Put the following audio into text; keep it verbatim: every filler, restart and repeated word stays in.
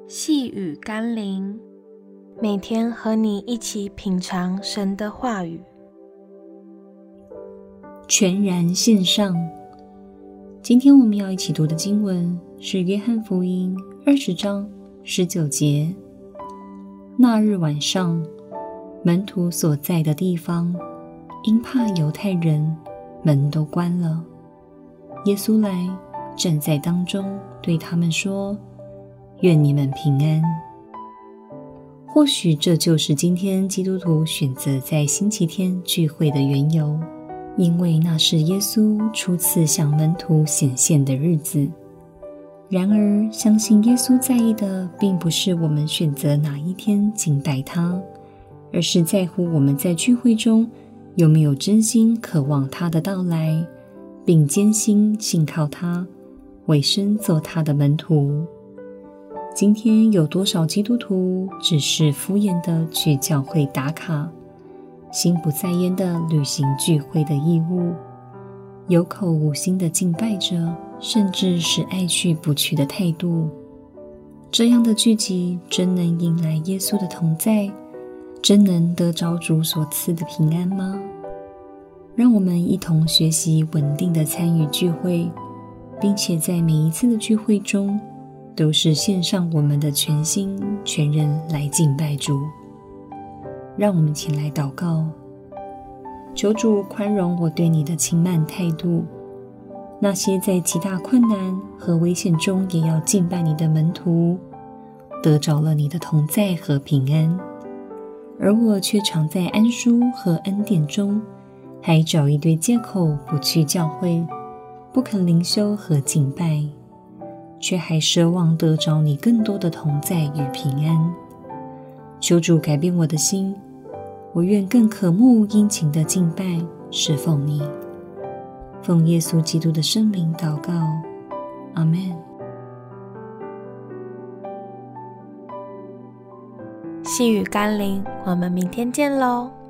细语甘霖，每天和你一起品尝神的话语。 全然献上。今天我们要一起读的经文是约翰福音二十章十九节。那日晚上，门徒所在的地方，因怕犹太人，门都关了。耶稣来，站在当中，对他们说：愿你们平安。或许这就是今天基督徒选择在星期天聚会的缘由，因为那是耶稣初次向门徒显现的日子。然而，相信耶稣在意的并不是我们选择哪一天敬拜他，而是在乎我们在聚会中有没有真心渴望他的到来，并坚心信靠他，委身做他的门徒。今天有多少基督徒只是敷衍地去教会打卡，心不在焉地履行聚会的义务，有口无心地敬拜着，甚至是爱去不去的态度？这样的聚集真能迎来耶稣的同在，真能得着主所赐的平安吗？让我们一同学习稳定地参与聚会，并且在每一次的聚会中都是献上我们的全心全人来敬拜主。让我们前来祷告，求主宽容我对你的轻慢态度，那些在极大困难和危险中也要敬拜你的门徒，得着了你的同在和平安，而我却常在安舒和恩典中，还找一堆借口不去教会，不肯灵修和敬拜，却还奢望得着你更多的同在与平安。求主改变我的心，我愿更渴慕殷勤的敬拜侍奉你。奉耶稣基督的圣名祷告，阿们。 细语甘霖，我们明天见喽。